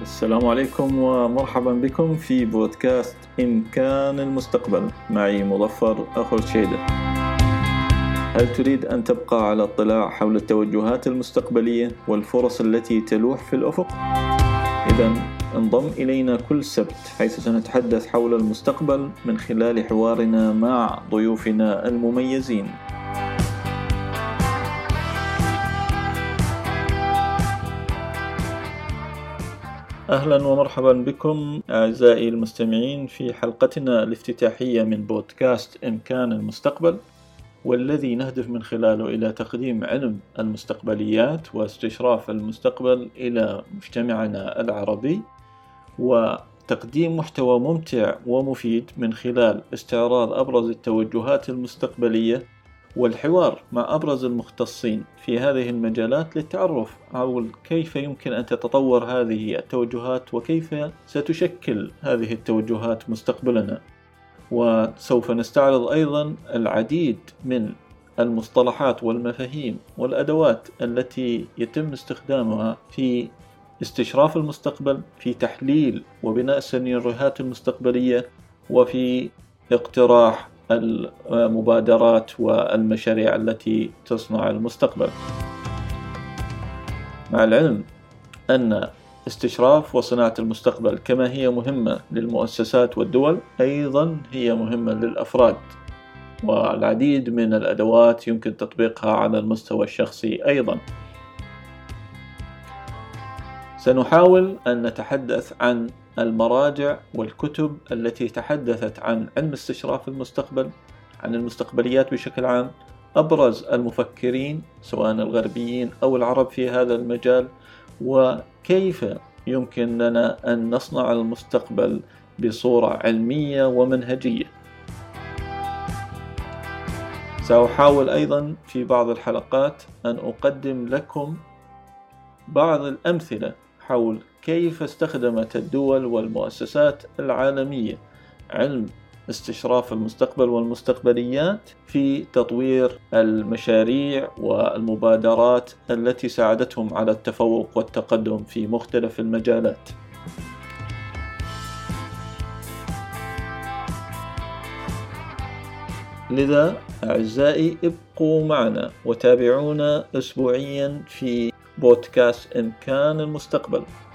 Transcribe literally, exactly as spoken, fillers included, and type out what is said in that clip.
السلام عليكم ومرحبا بكم في بودكاست إمكان المستقبل. معي مظفر أخو الشيدة. هل تريد أن تبقى على اطلاع حول التوجهات المستقبلية والفرص التي تلوح في الأفق؟ إذن انضم إلينا كل سبت حيث سنتحدث حول المستقبل من خلال حوارنا مع ضيوفنا المميزين. أهلا ومرحبا بكم أعزائي المستمعين في حلقتنا الافتتاحية من بودكاست إمكان المستقبل، والذي نهدف من خلاله إلى تقديم علم المستقبليات واستشراف المستقبل إلى مجتمعنا العربي، وتقديم محتوى ممتع ومفيد من خلال استعراض أبرز التوجهات المستقبلية والحوار مع أبرز المختصين في هذه المجالات للتعرف حول كيف يمكن أن تتطور هذه التوجهات وكيف ستشكل هذه التوجهات مستقبلنا. وسوف نستعرض أيضا العديد من المصطلحات والمفاهيم والأدوات التي يتم استخدامها في استشراف المستقبل، في تحليل وبناء السيناريوهات المستقبلية، وفي اقتراح المبادرات والمشاريع التي تصنع المستقبل. مع العلم أن استشراف وصناعة المستقبل كما هي مهمة للمؤسسات والدول، أيضا هي مهمة للأفراد، والعديد من الأدوات يمكن تطبيقها على المستوى الشخصي أيضا. سنحاول أن نتحدث عن المراجع والكتب التي تحدثت عن علم استشراف المستقبل، عن المستقبليات بشكل عام، أبرز المفكرين سواء الغربيين أو العرب في هذا المجال، وكيف يمكن لنا أن نصنع المستقبل بصورة علمية ومنهجية. سأحاول أيضا في بعض الحلقات أن أقدم لكم بعض الأمثلة حول كيف استخدمت الدول والمؤسسات العالمية علم استشراف المستقبل والمستقبليات في تطوير المشاريع والمبادرات التي ساعدتهم على التفوق والتقدم في مختلف المجالات. لذا أعزائي ابقوا معنا وتابعونا أسبوعيا في بودكاست إمكان المستقبل.